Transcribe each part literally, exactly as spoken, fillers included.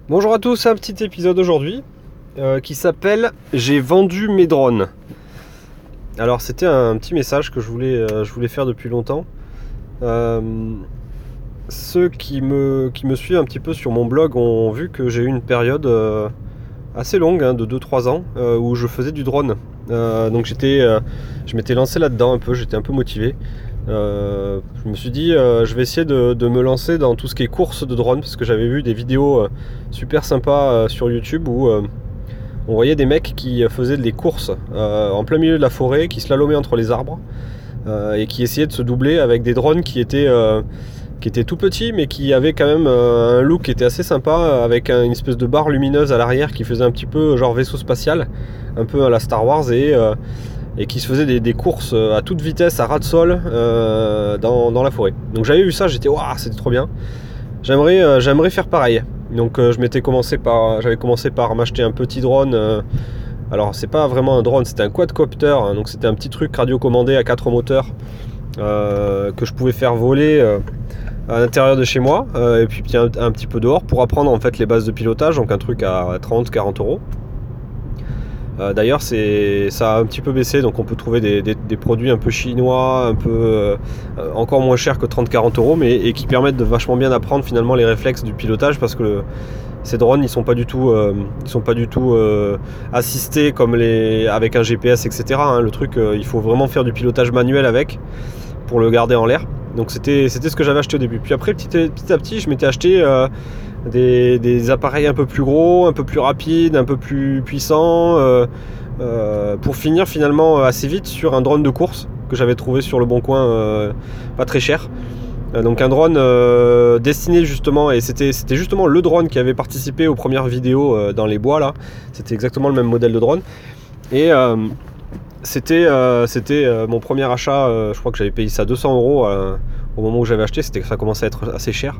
Bonjour à tous, un petit épisode aujourd'hui euh, qui s'appelle J'ai vendu mes drones. Alors c'était un petit message que je voulais, euh, je voulais faire depuis longtemps. Euh, ceux qui me, qui me suivent un petit peu sur mon blog ont vu que j'ai eu une période euh, assez longue, hein, de deux trois ans, euh, où je faisais du drone. Euh, donc j'étais, euh, je m'étais lancé là-dedans un peu, j'étais un peu motivé. Euh, je me suis dit euh, je vais essayer de, de me lancer dans tout ce qui est course de drone, parce que j'avais vu des vidéos euh, super sympas euh, sur YouTube où euh, on voyait des mecs qui faisaient des courses euh, en plein milieu de la forêt, qui slalomaient entre les arbres euh, et qui essayaient de se doubler avec des drones qui étaient, euh, qui étaient tout petits, mais qui avaient quand même euh, un look qui était assez sympa, avec un, une espèce de barre lumineuse à l'arrière qui faisait un petit peu genre vaisseau spatial, un peu à la Star Wars, et, euh, et qui se faisaient des, des courses à toute vitesse, à ras de sol, euh, dans, dans la forêt. Donc j'avais vu ça, j'étais waouh, c'était trop bien. J'aimerais, euh, j'aimerais faire pareil. Donc euh, je m'étais commencé par, j'avais commencé par m'acheter un petit drone. Euh, alors c'est pas vraiment un drone, c'était un quadcopter, hein, donc c'était un petit truc radiocommandé à quatre moteurs euh, que je pouvais faire voler euh, à l'intérieur de chez moi euh, et puis un, un petit peu dehors pour apprendre en fait les bases de pilotage. Donc un truc à trente à quarante euros. Euh, D'ailleurs, c'est, ça a un petit peu baissé, donc on peut trouver des, des, des produits un peu chinois, un peu euh, encore moins chers que trente à quarante euros, mais et qui permettent de vachement bien apprendre finalement les réflexes du pilotage, parce que le, ces drones, ils sont pas du tout, euh, ils sont pas du tout euh, assistés comme les, avec un G P S, et cetera. Hein. Le truc, euh, il faut vraiment faire du pilotage manuel avec pour le garder en l'air. Donc c'était, c'était ce que j'avais acheté au début. Puis après, petit, petit à petit, je m'étais acheté euh, Des, des appareils un peu plus gros, un peu plus rapides, un peu plus puissants, euh, euh, pour finir finalement assez vite sur un drone de course que j'avais trouvé sur le bon coin, euh, pas très cher. Euh, donc un drone euh, destiné justement, et c'était, c'était justement le drone qui avait participé aux premières vidéos euh, dans les bois là. C'était exactement le même modèle de drone. Et euh, c'était, euh, c'était euh, mon premier achat, euh, je crois que j'avais payé ça deux cents euros euh, au moment où j'avais acheté, c'était que ça commençait à être assez cher.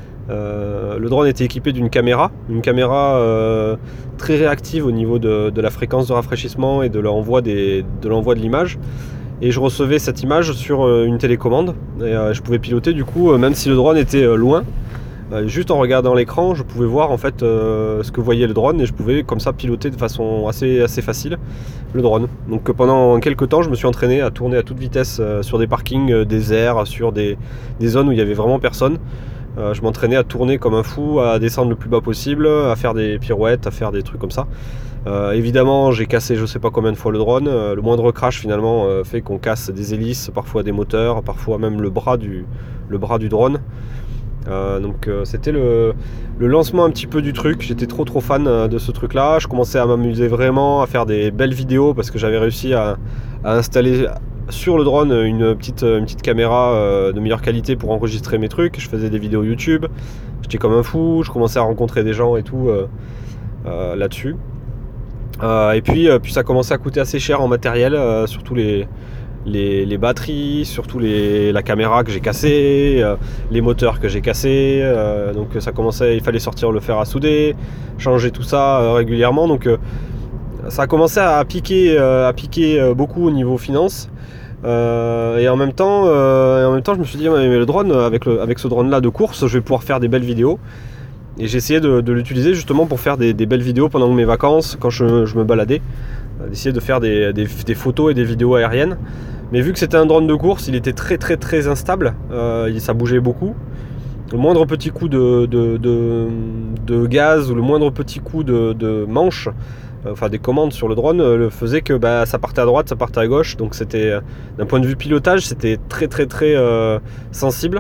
Euh, le drone était équipé d'une caméra, une caméra euh, très réactive au niveau de, de la fréquence de rafraîchissement et de l'envoi, des, de, l'envoi de l'image. Et je recevais cette image sur euh, une télécommande. Et euh, je pouvais piloter du coup, euh, même si le drone était euh, loin. Euh, juste en regardant l'écran, je pouvais voir en fait euh, ce que voyait le drone, et je pouvais comme ça piloter de façon assez, assez facile le drone. Donc euh, pendant quelques temps, je me suis entraîné à tourner à toute vitesse euh, sur des parkings euh, déserts, sur des, des zones où il n'y avait vraiment personne. Euh, je m'entraînais à tourner comme un fou, à descendre le plus bas possible, à faire des pirouettes, à faire des trucs comme ça. Euh, évidemment, j'ai cassé je sais pas combien de fois le drone. Euh, le moindre crash finalement euh, fait qu'on casse des hélices, parfois des moteurs, parfois même le bras du, le bras du drone. Euh, donc euh, c'était le, le lancement un petit peu du truc. J'étais trop trop fan euh, de ce truc là. Je commençais à m'amuser vraiment, à faire des belles vidéos, parce que j'avais réussi à, à installer sur le drone une petite, une petite caméra euh, de meilleure qualité pour enregistrer mes trucs. Je faisais des vidéos YouTube, j'étais comme un fou, je commençais à rencontrer des gens et tout euh, euh, là-dessus. Euh, et puis, euh, puis ça commençait à coûter assez cher en matériel, euh, surtout les, les, les batteries, surtout les, la caméra que j'ai cassée, euh, les moteurs que j'ai cassés. Euh, donc ça commençait, il fallait sortir le fer à souder, changer tout ça euh, régulièrement. Donc euh, ça a commencé à piquer, euh, à piquer euh, beaucoup au niveau finance. Euh, et en même temps, euh, et en même temps, je me suis dit, mais le drone, avec, le, avec ce drone-là de course, je vais pouvoir faire des belles vidéos. Et j'ai essayé de, de l'utiliser justement pour faire des, des belles vidéos pendant mes vacances, quand je, je me baladais, d'essayer de faire des, des, des photos et des vidéos aériennes. Mais vu que c'était un drone de course, il était très très très instable, euh, ça bougeait beaucoup. Le moindre petit coup de, de, de, de gaz ou le moindre petit coup de, de manche, enfin des commandes sur le drone, le faisait que bah, ça partait à droite, ça partait à gauche. Donc c'était, d'un point de vue pilotage, c'était très très très euh, sensible.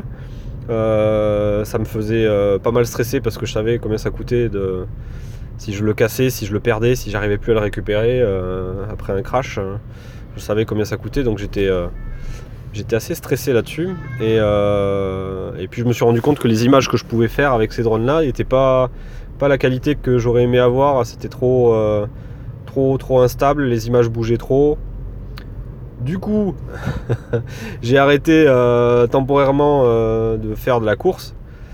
Euh, ça me faisait euh, pas mal stresser, parce que je savais combien ça coûtait de, si je le cassais, si je le perdais, si j'arrivais plus à le récupérer euh, après un crash. Je savais combien ça coûtait, donc j'étais, euh, j'étais assez stressé là-dessus. Et, euh, et puis je me suis rendu compte que les images que je pouvais faire avec ces drones-là n'étaient pas, pas la qualité que j'aurais aimé avoir. C'était trop, euh, trop, trop instable, les images bougeaient trop. Du coup, j'ai arrêté euh, temporairement euh, de faire de la course.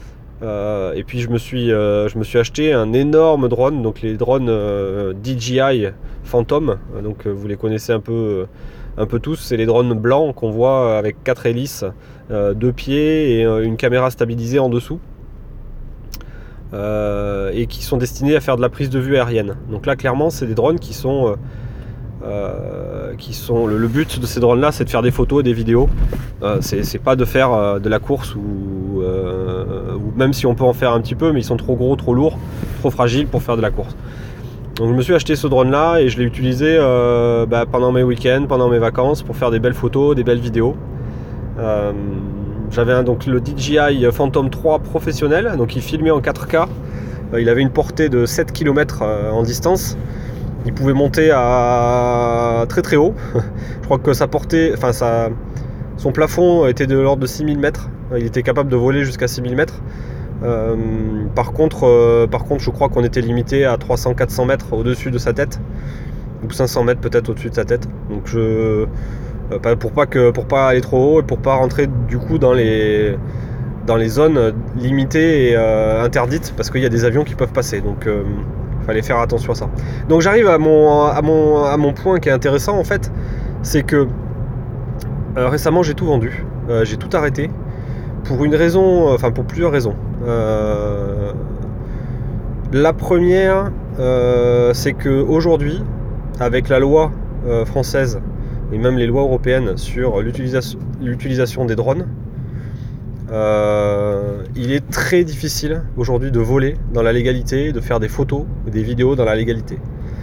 Euh, et puis je me, suis, euh, je me suis acheté un énorme drone, donc les drones euh, D J I Phantom. Donc euh, vous les connaissez un peu, un peu tous. C'est les drones blancs qu'on voit avec quatre hélices, euh, deux pieds et euh, une caméra stabilisée en dessous. euh, et qui sont destinés à faire de la prise de vue aérienne. Donc là clairement c'est des drones qui sont... Euh, Euh, qui sont le, le but de ces drones là c'est de faire des photos et des vidéos, euh, c'est, c'est pas de faire euh, de la course ou, euh, ou même si on peut en faire un petit peu, mais ils sont trop gros, trop lourds, trop fragiles pour faire de la course. Donc je me suis acheté ce drone là et je l'ai utilisé euh, bah, pendant mes week-ends, pendant mes vacances pour faire des belles photos, des belles vidéos. euh, j'avais un, donc le D J I Phantom trois professionnel, donc il filmait en quatre K, euh, il avait une portée de sept kilomètres euh, en distance. Il pouvait monter à très très haut. Je crois que sa portée, enfin sa, son plafond était de l'ordre de six mille mètres. Il était capable de voler jusqu'à six mille mètres. Euh, par, contre, euh, par contre, je crois qu'on était limité à trois cents à quatre cents mètres au-dessus de sa tête. Ou cinq cents mètres peut-être au-dessus de sa tête. Donc je, euh, pour pas que, pour pas aller trop haut et pour pas rentrer du coup dans les, dans les zones limitées et euh, interdites, parce qu'il y a des avions qui peuvent passer. Donc euh, fallait faire attention à ça. Donc j'arrive à mon, à mon, à mon point qui est intéressant en fait, c'est que euh, récemment j'ai tout vendu, euh, j'ai tout arrêté pour une raison, enfin pour plusieurs raisons. Euh, la première, euh, c'est que aujourd'hui, avec la loi euh, française et même les lois européennes sur l'utilisation, l'utilisation des drones, Euh, il est très difficile aujourd'hui de voler dans la légalité, de faire des photos ou des vidéos dans la légalité.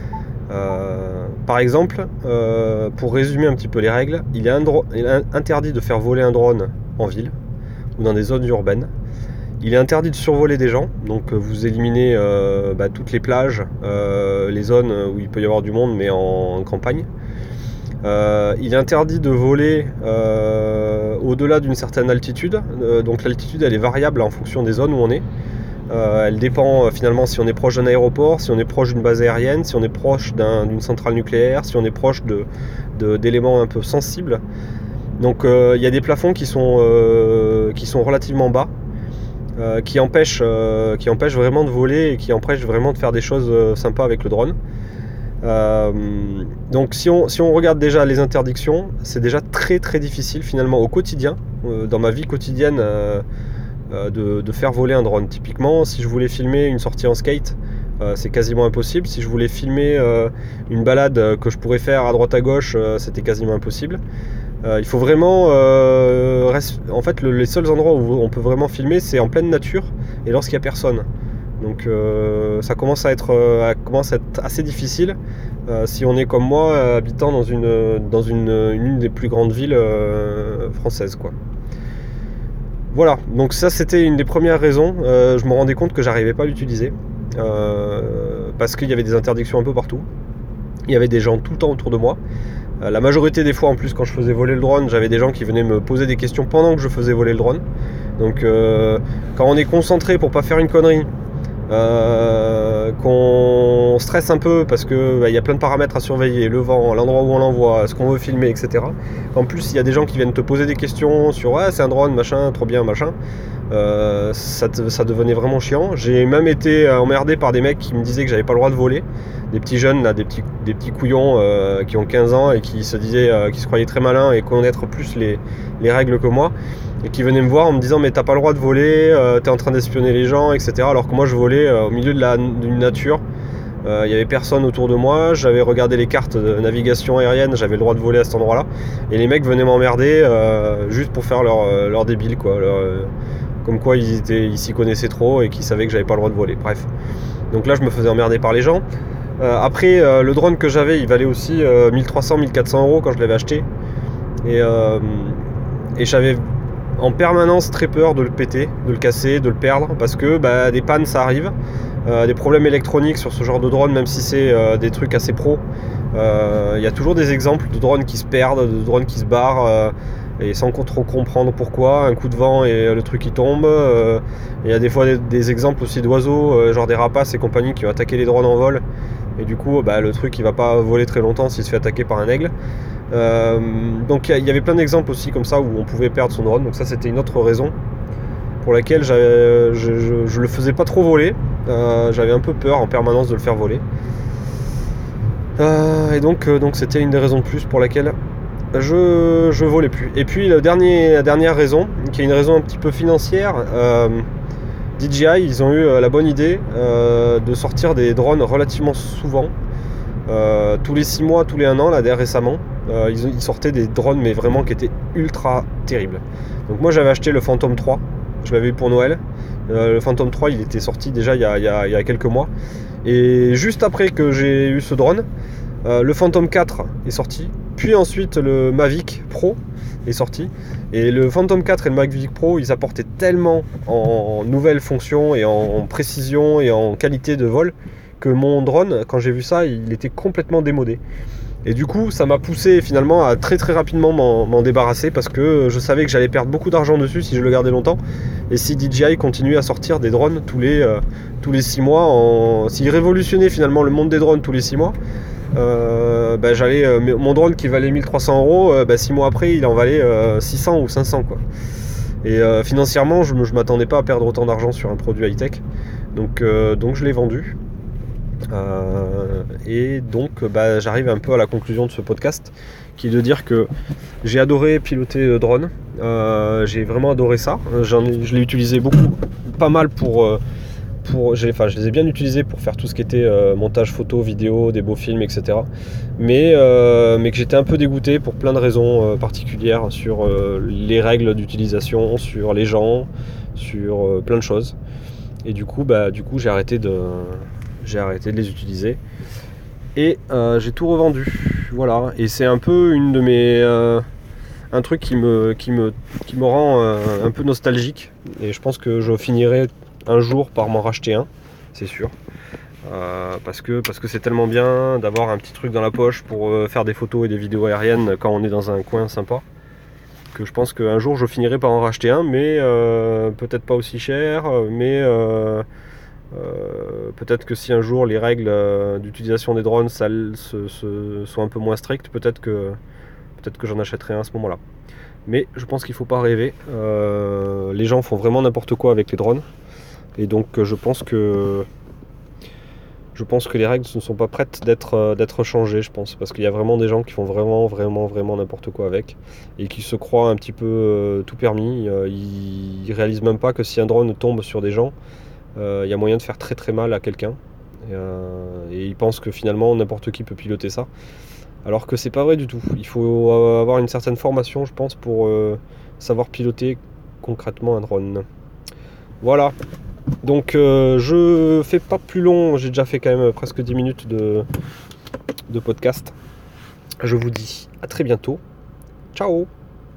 Euh, par exemple, euh, pour résumer un petit peu les règles, il est, indro- il est interdit de faire voler un drone en ville ou dans des zones urbaines. Il est interdit de survoler des gens, donc vous éliminez euh, bah, toutes les plages, euh, les zones où il peut y avoir du monde mais en, en campagne. Euh, il est interdit de voler euh, au-delà d'une certaine altitude, euh, donc l'altitude elle est variable en fonction des zones où on est. Euh, elle dépend euh, finalement si on est proche d'un aéroport, si on est proche d'une base aérienne, si on est proche d'un, d'une centrale nucléaire, si on est proche de, de, d'éléments un peu sensibles. Donc euh, il y a des plafonds qui sont, euh, qui sont relativement bas, euh, qui, empêchent, euh, qui empêchent vraiment de voler et qui empêchent vraiment de faire des choses euh, sympas avec le drone. Euh, donc si on, si on regarde déjà les interdictions, c'est déjà très très difficile finalement au quotidien, euh, dans ma vie quotidienne, euh, euh, de, de faire voler un drone. Typiquement, si je voulais filmer une sortie en skate, euh, c'est quasiment impossible. Si je voulais filmer euh, une balade que je pourrais faire à droite à gauche, euh, c'était quasiment impossible. Euh, il faut vraiment, euh, reste, en fait, le, les seuls endroits où on peut vraiment filmer, c'est en pleine nature et lorsqu'il n'y a personne. Donc euh, ça commence à être, euh, commence à être assez difficile euh, si on est comme moi, euh, habitant dans une, dans une, une, une des plus grandes villes euh, françaises, quoi. Voilà, donc ça c'était une des premières raisons. Euh, je me rendais compte que j'arrivais pas à l'utiliser euh, parce qu'il y avait des interdictions un peu partout. Il y avait des gens tout le temps autour de moi. Euh, la majorité des fois en plus quand je faisais voler le drone, j'avais des gens qui venaient me poser des questions pendant que je faisais voler le drone. Donc euh, quand on est concentré pour pas faire une connerie, Euh, qu'on stresse un peu parce que bah, y a plein de paramètres à surveiller, le vent, l'endroit où on l'envoie, ce qu'on veut filmer, et cetera. En plus, il y a des gens qui viennent te poser des questions sur ah, c'est un drone, machin, trop bien, machin. Euh, ça, te, ça devenait vraiment chiant. J'ai même été emmerdé par des mecs qui me disaient que j'avais pas le droit de voler. Des petits jeunes, là, des petits, des petits couillons euh, qui ont quinze ans et qui se disaient, euh, qui se croyaient très malins et connaître plus les, les règles que moi. Et qui venaient me voir en me disant mais t'as pas le droit de voler, euh, t'es en train d'espionner les gens, et cetera. Alors que moi je volais euh, au milieu de la, d'une nature, il euh, y avait personne autour de moi, j'avais regardé les cartes de navigation aérienne, j'avais le droit de voler à cet endroit-là. Et les mecs venaient m'emmerder euh, juste pour faire leur, leur débile, quoi. Leur, euh, comme quoi ils, étaient, ils s'y connaissaient trop et qu'ils savaient que j'avais pas le droit de voler. Bref. Donc là je me faisais emmerder par les gens. Euh, après euh, le drone que j'avais il valait aussi euh, mille trois cents à mille quatre cents euros quand je l'avais acheté. Et, euh, et j'avais en permanence très peur de le péter, de le casser, de le perdre, parce que bah, des pannes ça arrive, euh, des problèmes électroniques sur ce genre de drone, même si c'est euh, des trucs assez pro, il euh, y a toujours des exemples de drones qui se perdent, de drones qui se barrent, euh, et sans trop comprendre pourquoi, un coup de vent et le truc qui tombe. Il euh, y a des fois des, des exemples aussi d'oiseaux, euh, genre des rapaces et compagnie qui ont attaqué les drones en vol, et du coup bah, le truc il va pas voler très longtemps s'il se fait attaquer par un aigle. Euh, donc il y avait plein d'exemples aussi comme ça où on pouvait perdre son drone, donc ça c'était une autre raison pour laquelle je, je, je le faisais pas trop voler, euh, j'avais un peu peur en permanence de le faire voler, euh, et donc euh, donc c'était une des raisons de plus pour laquelle je, je volais plus. Et puis le dernier, la dernière raison, qui est une raison un petit peu financière, euh, D J I, ils ont eu la bonne idée euh, de sortir des drones relativement souvent. Euh, tous les six mois, tous les un an, là, récemment, euh, ils, ils sortaient des drones, mais vraiment qui étaient ultra terribles. Donc moi j'avais acheté le Phantom trois, je l'avais eu pour Noël. Euh, le Phantom trois, il était sorti déjà il y, a, il, y a, il y a quelques mois. Et juste après que j'ai eu ce drone, euh, le Phantom quatre est sorti. Puis ensuite le Mavic Pro est sorti. Et le Phantom quatre et le Mavic Pro, ils apportaient tellement en nouvelles fonctions et en précision et en qualité de vol que mon drone, quand j'ai vu ça, il était complètement démodé. Et du coup, ça m'a poussé finalement à très très rapidement m'en, m'en débarrasser parce que je savais que j'allais perdre beaucoup d'argent dessus si je le gardais longtemps. Et si D J I continuait à sortir des drones tous les, euh, tous les six mois, en... s'il révolutionnait finalement le monde des drones tous les six mois, euh, bah, j'allais, euh, mon drone qui valait mille trois cents euros, euh, bah, six mois après il en valait euh, six cents ou cinq cents quoi. Et euh, financièrement, je ne m'attendais pas à perdre autant d'argent sur un produit high-tech. Donc, euh, donc je l'ai vendu. Euh, et donc bah, j'arrive un peu à la conclusion de ce podcast qui est de dire que j'ai adoré piloter le drone, euh, j'ai vraiment adoré ça. J'en ai, je l'ai utilisé beaucoup, pas mal pour, pour j'ai, enfin, je les ai bien utilisés pour faire tout ce qui était euh, montage photo, vidéo, des beaux films, et cetera. Mais, euh, mais que j'étais un peu dégoûté pour plein de raisons euh, particulières sur euh, les règles d'utilisation, sur les gens, sur euh, plein de choses. Et du coup, bah, du coup j'ai arrêté de j'ai arrêté de les utiliser et euh, j'ai tout revendu, voilà. Et c'est un peu une de mes euh, un truc qui me qui me qui me rend euh, un peu nostalgique, et je pense que je finirai un jour par m'en racheter un, c'est sûr, euh, parce que parce que c'est tellement bien d'avoir un petit truc dans la poche pour euh, faire des photos et des vidéos aériennes quand on est dans un coin sympa, que je pense qu'un jour je finirai par en racheter un, mais euh, peut-être pas aussi cher, mais euh, Euh, peut-être que si un jour les règles euh, d'utilisation des drones ça, se, se, sont un peu moins strictes, peut-être que, peut-être que j'en achèterai un à ce moment-là. Mais je pense qu'il ne faut pas rêver. Euh, les gens font vraiment n'importe quoi avec les drones. Et donc je pense que, je pense que les règles ne sont pas prêtes d'être, d'être changées, je pense. Parce qu'il y a vraiment des gens qui font vraiment, vraiment, vraiment n'importe quoi avec. Et qui se croient un petit peu euh, tout permis. Euh, ils ne réalisent même pas que si un drone tombe sur des gens, il euh, y a moyen de faire très très mal à quelqu'un, et, euh, et ils pensent que finalement n'importe qui peut piloter ça, alors que c'est pas vrai du tout. Il faut avoir une certaine formation, je pense, pour euh, savoir piloter concrètement un drone. Voilà, donc euh, je fais pas plus long, j'ai déjà fait quand même presque dix minutes de, de podcast. Je vous dis à très bientôt, ciao.